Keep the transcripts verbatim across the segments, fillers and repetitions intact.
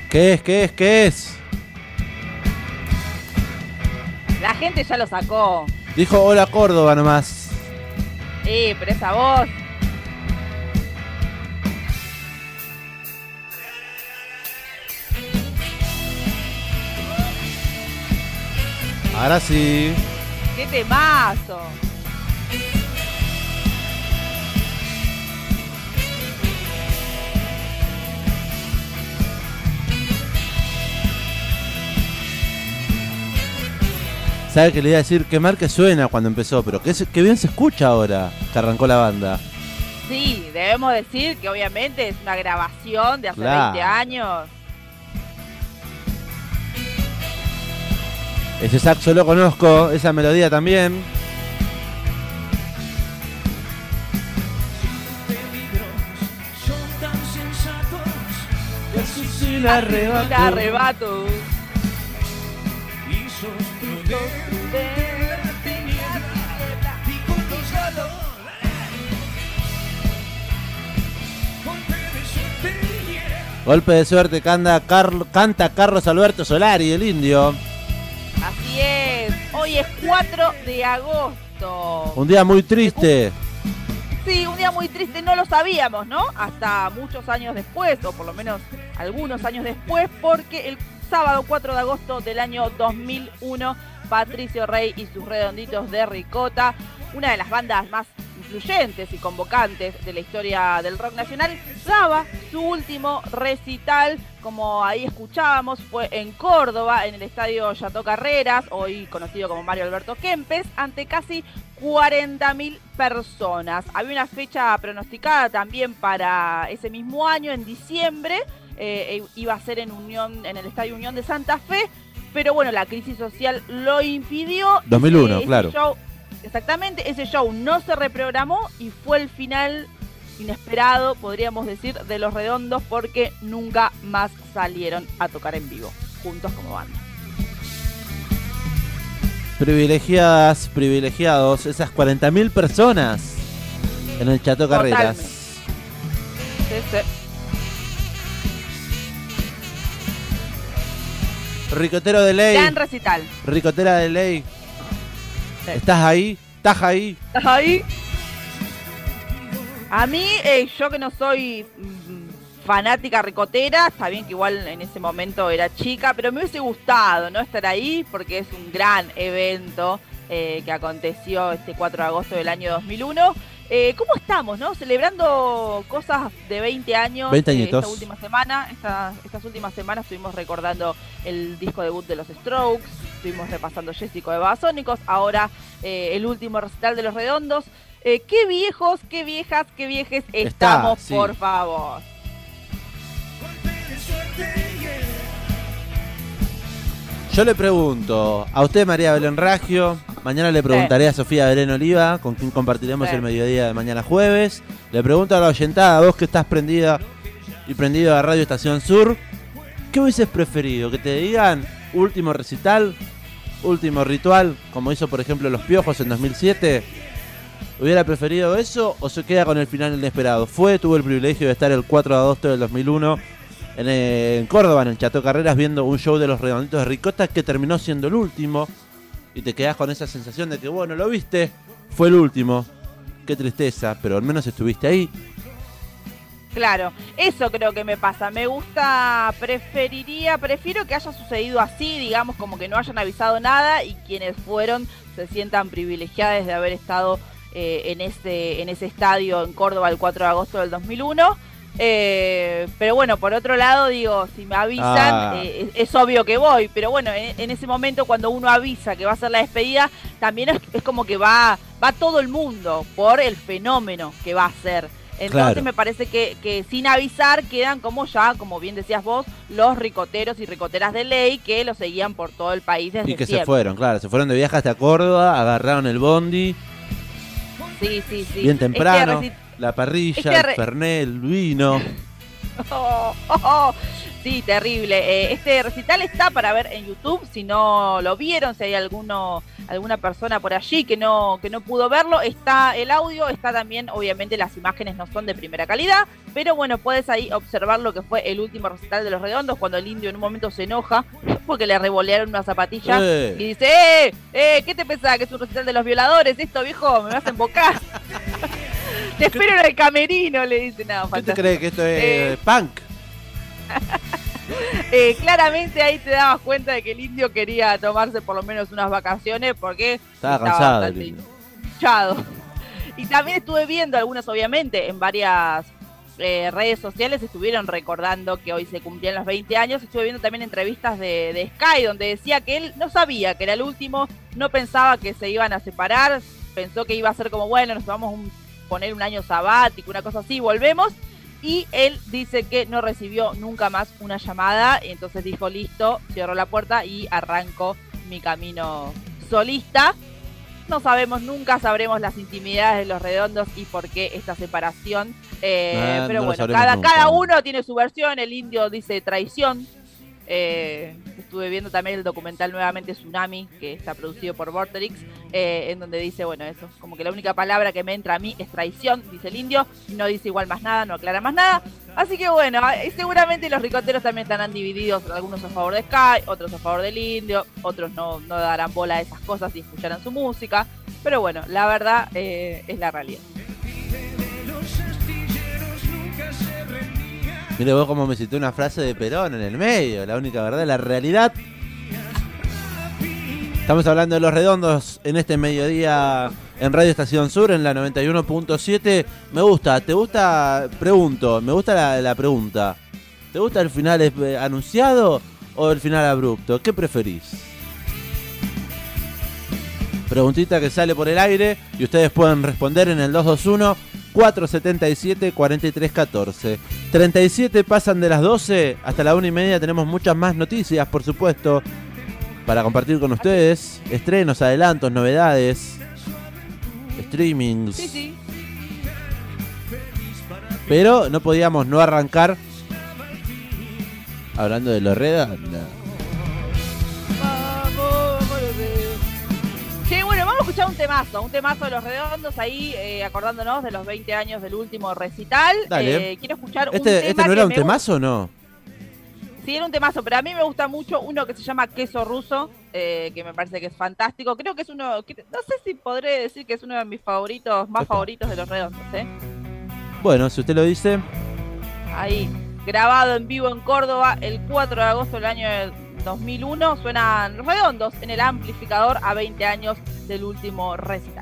¿Qué es? ¿Qué es? ¿Qué es? La gente ya lo sacó. Dijo hola Córdoba nomás. Sí, pero esa voz. Ahora sí. ¡Qué temazo! Sabe que le iba a decir que mal que suena cuando empezó, pero que, que bien se escucha ahora que arrancó la banda. Sí, debemos decir que obviamente es una grabación de hace Claro. veinte años. Ese saxo lo conozco, esa melodía también. El arrebato. arrebato. Golpe de suerte canta, Car- canta Carlos Alberto Solari, el indio. Así es. Hoy es cuatro de agosto. Un día muy triste. Sí, un día muy triste, no lo sabíamos, ¿no? Hasta muchos años después, o por lo menos algunos años después, porque el sábado cuatro de agosto del año dos mil uno, Patricio Rey y sus Redonditos de Ricota, una de las bandas más influyentes y convocantes de la historia del rock nacional, daba su último recital, como ahí escuchábamos, fue en Córdoba, en el estadio Chateau Carreras, hoy conocido como Mario Alberto Kempes, ante casi cuarenta mil personas. Había una fecha pronosticada también para ese mismo año, en diciembre, eh, iba a ser en Unión, en el Estadio Unión de Santa Fe, pero bueno, la crisis social lo impidió. dos mil uno, ese, claro. Ese show, exactamente, ese show no se reprogramó y fue el final inesperado, podríamos decir, de Los Redondos, porque nunca más salieron a tocar en vivo, juntos como banda. Privilegiadas, privilegiados, esas cuarenta mil personas en el Chateau Carreras. Totalmente. Sí, sí. Ricotero de ley. Gran recital. Ricotera de ley. Sí. ¿Estás ahí? ¿Estás ahí? ¿Estás ahí? A mí, eh, yo que no soy mm, fanática ricotera, está bien que igual en ese momento era chica, pero me hubiese gustado, ¿no?, estar ahí, porque es un gran evento eh, que aconteció este cuatro de agosto del año dos mil uno. Eh, ¿Cómo estamos, no? Celebrando cosas de veinte años. veinte eh, añitos. esta última semana, esta, estas últimas semanas estuvimos recordando el disco debut de los Strokes, estuvimos repasando Jessico de Babasónicos, ahora eh, el último recital de Los Redondos. Eh, qué viejos, qué viejas, qué viejes estamos, Está, sí. por favor. Yo le pregunto a usted, María Belén Raggio. Mañana le preguntaré sí. a Sofía Belén Oliva, con quien compartiremos sí. el mediodía de mañana jueves. Le pregunto a la oyentada, vos que estás prendida y prendido a Radio Estación Sur, ¿qué hubieses preferido? ¿Que te digan último recital, último ritual, como hizo por ejemplo Los Piojos en dos mil siete? ¿Hubiera preferido eso o se queda con el final inesperado? Fue, tuvo el privilegio de estar el cuatro de agosto del dos mil uno en, en Córdoba, en el Chateau Carreras, viendo un show de Los Redonditos de Ricota que terminó siendo el último. Y te quedás con esa sensación de que, bueno, lo viste, fue el último. Qué tristeza, pero al menos estuviste ahí. Claro, eso creo que me pasa. Me gusta, preferiría, prefiero que haya sucedido así, digamos, como que no hayan avisado nada y quienes fueron se sientan privilegiadas de haber estado eh, en, ese, en ese estadio en Córdoba el cuatro de agosto del dos mil uno. Eh, pero bueno, por otro lado, digo, si me avisan, ah. eh, es, es obvio que voy, pero bueno, en, en ese momento cuando uno avisa que va a ser la despedida, también es, es como que va, va todo el mundo por el fenómeno que va a ser. Entonces claro. me parece que, que sin avisar quedan como ya, como bien decías vos, los ricoteros y ricoteras de ley que lo seguían por todo el país desde Y que siempre. se fueron, claro, se fueron de viaje hasta Córdoba, agarraron el bondi. Sí, sí, sí. Bien temprano. Es que La parrilla, es que re... el fernet, el vino. Oh, oh, oh. Sí, terrible. Eh, este recital está para ver en YouTube, si no lo vieron, si hay alguno, alguna persona por allí que no, que no pudo verlo, está el audio, está también, obviamente las imágenes no son de primera calidad, pero bueno, puedes ahí observar lo que fue el último recital de Los Redondos, cuando el Indio en un momento se enoja porque le revolearon una zapatilla eh. y dice, ¡eh! ¡eh! ¿Qué te pensás? ¿Que es un recital de los violadores? Esto, viejo, me vas a embocar. Te espero en el camerino, le dice. No, ¿Qué te crees que esto es eh, punk? eh, claramente ahí te dabas cuenta de que el Indio quería tomarse por lo menos unas vacaciones porque estaba, estaba cansado, bastante hinchado. Y también estuve viendo algunas, obviamente, en varias eh, redes sociales estuvieron recordando que hoy se cumplían los veinte años. Estuve viendo también entrevistas de, de Sky donde decía que él no sabía que era el último, no pensaba que se iban a separar, pensó que iba a ser como, bueno, nos vamos a poner un año sabático, una cosa así, volvemos. Y él dice que no recibió nunca más una llamada, y entonces dijo, listo, cierro la puerta y arranco mi camino solista. No sabemos, nunca sabremos las intimidades de Los Redondos y por qué esta separación. Eh, ah, pero no bueno, cada, nunca. cada uno tiene su versión. El Indio dice traición. Eh, estuve viendo también el documental nuevamente Tsunami, que está producido por Vorterix, eh, en donde dice, bueno, eso, como que la única palabra que me entra a mí es traición, dice el Indio, no dice igual más nada, no aclara más nada, así que bueno, eh, seguramente los ricoteros también estarán divididos, algunos a favor de Sky, otros a favor del Indio, otros no, no darán bola a esas cosas y escucharán su música, pero bueno, la verdad eh, es la realidad. Mire vos cómo me citó una frase de Perón en el medio, la única verdad, la realidad. Estamos hablando de Los Redondos en este mediodía en Radio Estación Sur, en la noventa y uno punto siete. Me gusta, ¿te gusta? Pregunto, me gusta la, la pregunta. ¿Te gusta el final eh, anunciado o el final abrupto? ¿Qué preferís? Preguntita que sale por el aire y ustedes pueden responder en el dos dos uno, cuatro siete siete, cuatro tres uno cuatro. treinta y siete pasan de las doce, hasta la una y media tenemos muchas más noticias, por supuesto, para compartir con ustedes. Estrenos, adelantos, novedades, streamings. Sí, sí. Pero no podíamos no arrancar hablando de Los Redondos. Sí, bueno, vamos a escuchar un temazo, un temazo de Los Redondos ahí, eh, acordándonos de los veinte años del último recital. Dale. Eh, quiero escuchar ¿Este, un tema ¿Este no era un me... temazo o no? Sí, era un temazo, pero a mí me gusta mucho uno que se llama Queso Ruso, eh, que me parece que es fantástico. Creo que es uno, que, no sé si podré decir que es uno de mis favoritos, más Epa. favoritos de Los Redondos, ¿eh? Bueno, si usted lo dice. Ahí, grabado en vivo en Córdoba el cuatro de agosto del año dos mil uno, suenan Los Redondos en el amplificador a veinte años del último recital.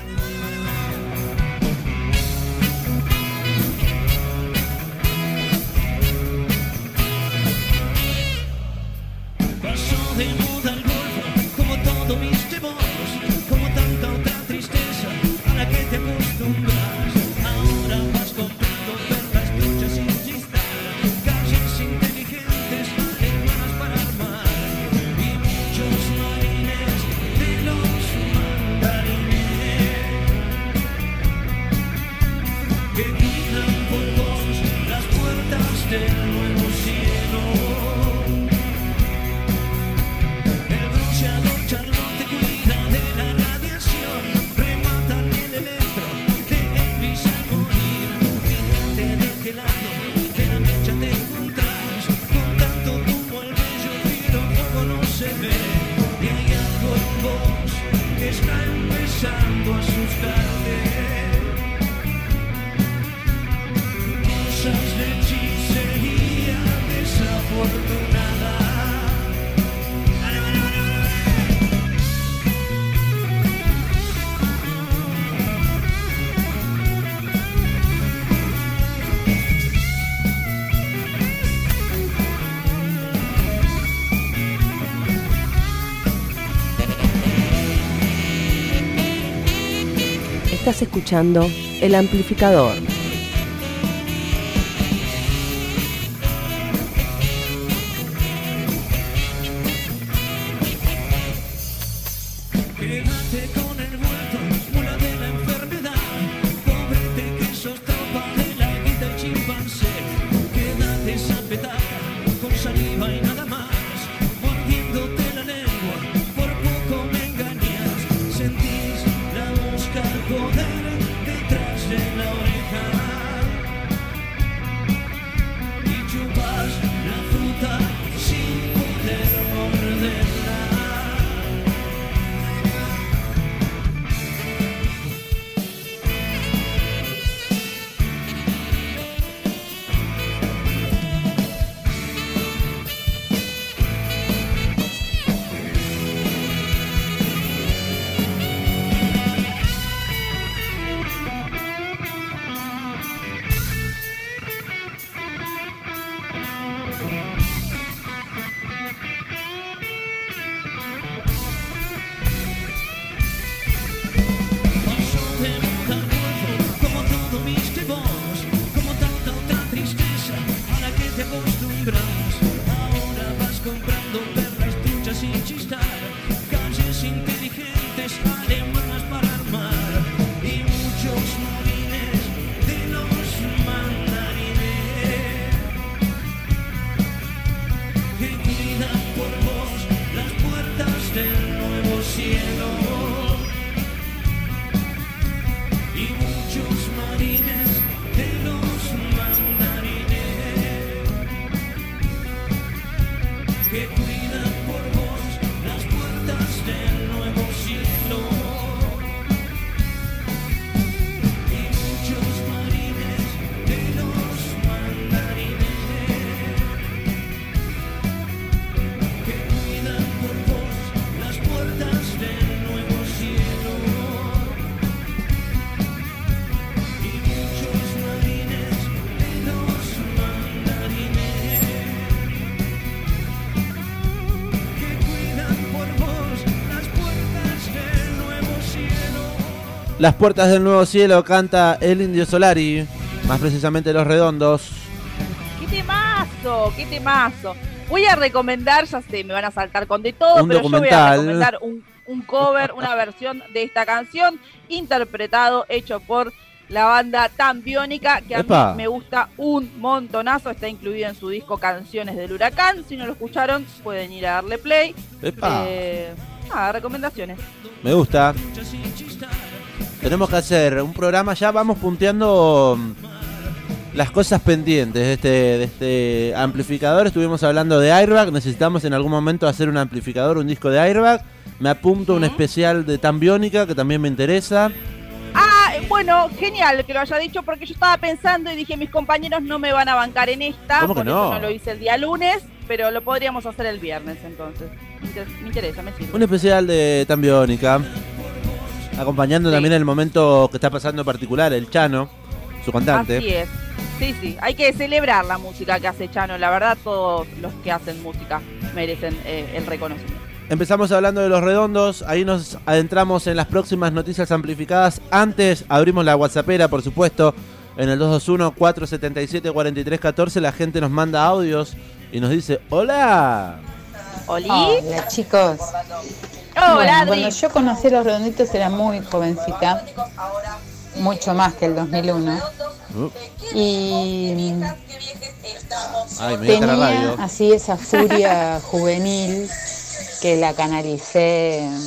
Pasó de moda el golfo, como todo viste vos, como tanta otra tristeza a la que te acostumbras. Ahora vas comprando perlas truchas sin chistar, calles inteligentes, hermanas para armar, y muchos marines de los mandarines que cuidan por vos las puertas del nuevo cielo. El bronceador Charlotte te cuida de la radiación, remata el electro de Elvis al morir. Fíjate de qué lado de la mecha te encontrás, con tanto humo el bello filo fuego no se ve, y hay algo en vos que está empezando a asustarte. Cosas de hechicería desafortunada. Estás escuchando El Amplificador. Quédate con el vuelto, mula de la enfermedad, pobrete que sos tropa de la guita y chimpancé. Quédate esa petaca con añoras. Ahora vas comprando perlas, truchas y chistar, calles inteligentes, alemanas para armar, y muchos marines de los mandarines que cuidan por vos las puertas del nuevo cielo. Y muchos marines de los mandarines que cuidan por vos las puertas del nuevo cielo. Y muchos marines de los mandarines que cuidan por vos las puertas del nuevo cielo. Y muchos marines de los mandarines que cuidan por vos las puertas del nuevo cielo. Las puertas del nuevo cielo canta el Indio Solari, más precisamente Los Redondos. ¡Qué temazo! ¡Qué temazo! Voy a recomendar, ya sé, me van a saltar con de todo, Un pero yo voy a documental. recomendar un, un cover, una versión de esta canción, interpretado, hecho por la banda Tan Biónica, que a Epa. mí me gusta un montonazo. Está incluido en su disco Canciones del Huracán. Si no lo escucharon, pueden ir a darle play. Epa, Eh, nada, recomendaciones. me gusta. Tenemos que hacer un programa, ya vamos punteando mm, las cosas pendientes de este, de este amplificador. Estuvimos hablando de Airbag, necesitamos en algún momento hacer un amplificador, un disco de Airbag. Me apunto a un Ujú. especial de Tan Biónica, que también me interesa. Ah, eh, bueno, genial que lo haya dicho, porque yo estaba pensando y dije, mis compañeros no me van a bancar en esta. ¿Cómo que por no? eso no lo hice el día lunes, pero lo podríamos hacer el viernes, entonces. Me inter- Me interesa, me sirve. Un especial de Tan Biónica, acompañando Sí. también el momento que está pasando en particular, el Chano, su cantante. Así es. Sí, sí, hay que celebrar la música que hace Chano. La verdad, todos los que hacen música merecen eh, el reconocimiento. Empezamos hablando de Los Redondos, ahí nos adentramos en las próximas noticias amplificadas. Antes abrimos la WhatsAppera, por supuesto, en el dos dos uno, cuatro siete siete, cuatro tres uno cuatro. La gente nos manda audios y nos dice, hola. ¿Oli? Hola chicos. Hola, Bueno, Adri. cuando yo conocí a Los Redonditos era muy jovencita, mucho más que el dos mil uno, Uh, y ay, me gusta la tenía radio. así esa furia juvenil que la canalicé en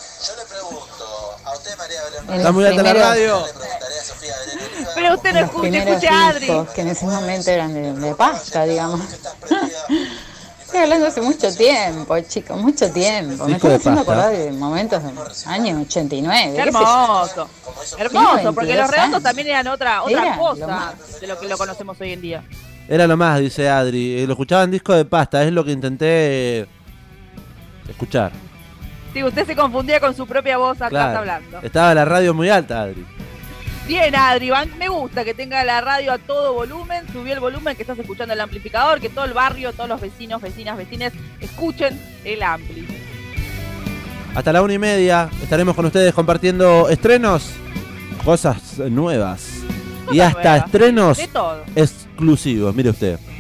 Está los muy alta la primeros, radio. Pero usted no en los escucha, primeros escucha a Adri. discos, que en ese momento eran de, de pasta, digamos. Estoy hablando hace mucho tiempo, chicos, mucho tiempo. Me Disco de estoy haciendo pasta. acordar de momentos de años ochenta y nueve. Qué qué sé yo. hermoso. Hermoso, porque veintidós los redondos años. también eran otra, otra Era lo cosa más. de lo que lo conocemos hoy en día. Era lo más, dice Adri. Eh, Lo escuchaba en disco de pasta, es lo que intenté eh, escuchar. Sí, usted se confundía con su propia voz atrás Claro. hablando. Estaba la radio muy alta, Adri. Bien, Adri, Van, me gusta que tenga la radio a todo volumen, subió el volumen, que estás escuchando el amplificador, que todo el barrio, todos los vecinos, vecinas, vecines escuchen el ampli. Hasta la una y media estaremos con ustedes compartiendo estrenos, cosas nuevas y Cosas hasta nuevas. estrenos De todo. exclusivos. Mire usted.